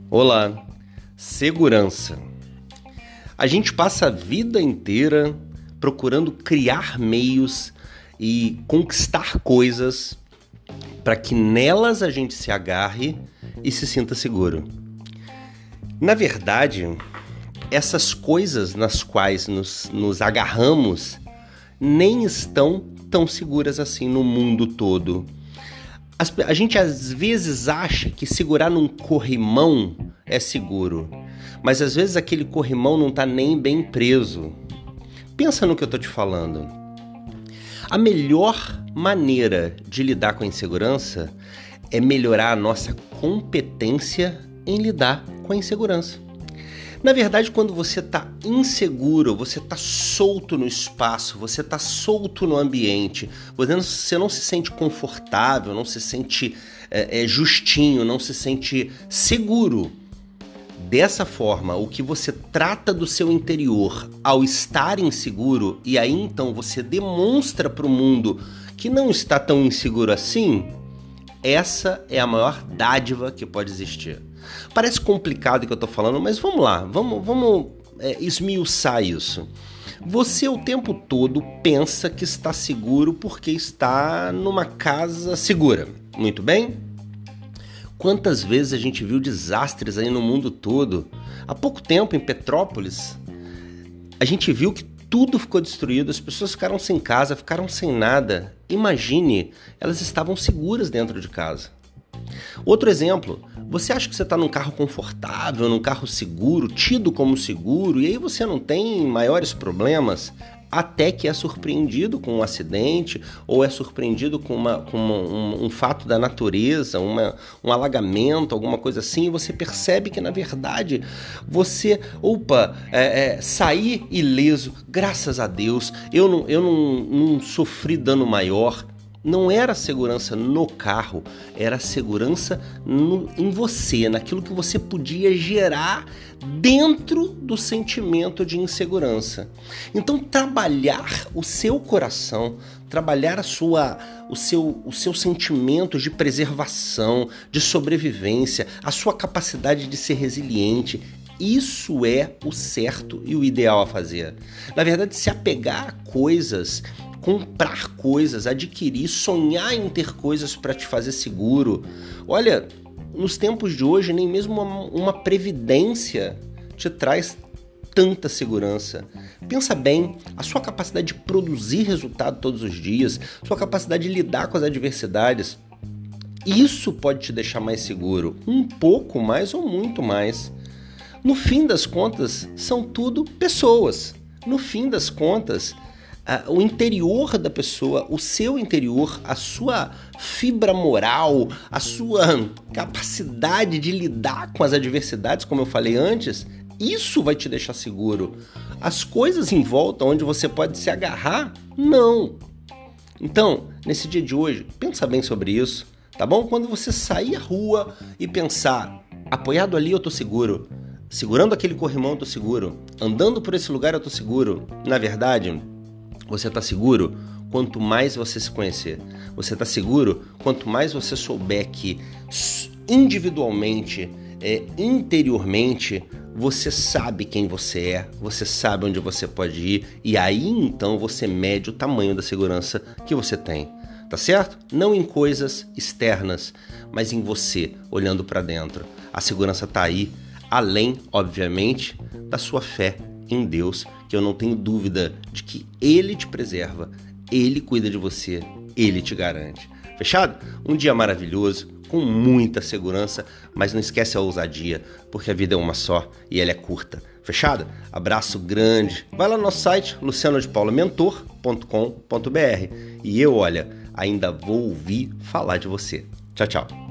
Olá, segurança. A gente passa a vida inteira procurando criar meios e conquistar coisas para que nelas a gente se agarre e se sinta seguro. Na verdade, essas coisas nas quais nos agarramos nem estão tão seguras assim no mundo todo. A gente às vezes acha que segurar num corrimão é seguro, mas às vezes aquele corrimão não está nem bem preso. Pensa no que eu estou te falando. A melhor maneira de lidar com a insegurança é melhorar a nossa competência em lidar com a insegurança. Na verdade, quando você está inseguro, você está solto no espaço, você está solto no ambiente, você não se sente confortável, não se sente justinho, não se sente seguro. Dessa forma, o que você trata do seu interior ao estar inseguro, e aí então você demonstra para o mundo que não está tão inseguro assim, essa é a maior dádiva que pode existir. Parece complicado o que eu estou falando, mas vamos lá, vamos esmiuçar isso. Você o tempo todo pensa que está seguro porque está numa casa segura. Muito bem? Quantas vezes a gente viu desastres aí no mundo todo? Há pouco tempo, em Petrópolis, a gente viu que tudo ficou destruído, as pessoas ficaram sem casa, ficaram sem nada. Imagine, elas estavam seguras dentro de casa. Outro exemplo, você acha que você está num carro confortável, num carro seguro, tido como seguro, e aí você não tem maiores problemas, até que é surpreendido com um acidente, ou é surpreendido com um fato da natureza, um alagamento, alguma coisa assim, e você percebe que, na verdade, você, saí ileso, graças a Deus, eu não sofri dano maior. Não era segurança no carro, era segurança em você, naquilo que você podia gerar dentro do sentimento de insegurança. Então, trabalhar o seu coração, trabalhar o seu sentimento de preservação, de sobrevivência, a sua capacidade de ser resiliente, isso é o certo e o ideal a fazer. Na verdade, se apegar a coisas, comprar coisas, adquirir, sonhar em ter coisas para te fazer seguro. Olha, nos tempos de hoje, nem mesmo uma previdência te traz tanta segurança. Pensa bem, a sua capacidade de produzir resultado todos os dias, sua capacidade de lidar com as adversidades, isso pode te deixar mais seguro, um pouco mais ou muito mais. No fim das contas, são tudo pessoas. No fim das contas, o interior da pessoa, o seu interior, a sua fibra moral, a sua capacidade de lidar com as adversidades, como eu falei antes, isso vai te deixar seguro. As coisas em volta onde você pode se agarrar, não. Então, nesse dia de hoje, pensa bem sobre isso, tá bom? Quando você sair à rua e pensar, apoiado ali eu tô seguro, segurando aquele corrimão eu tô seguro, andando por esse lugar eu tô seguro, na verdade, você está seguro quanto mais você se conhecer. Você está seguro quanto mais você souber que individualmente, interiormente, você sabe quem você é, você sabe onde você pode ir, e aí então você mede o tamanho da segurança que você tem. Tá certo? Não em coisas externas, mas em você, olhando para dentro. A segurança está aí, além, obviamente, da sua fé em Deus, que eu não tenho dúvida de que Ele te preserva, Ele cuida de você, Ele te garante. Fechado? Um dia maravilhoso, com muita segurança, mas não esquece a ousadia, porque a vida é uma só e ela é curta. Fechado? Abraço grande. Vai lá no nosso site, lucianodepaulamentor.com.br, e eu, ainda vou ouvir falar de você. Tchau, tchau.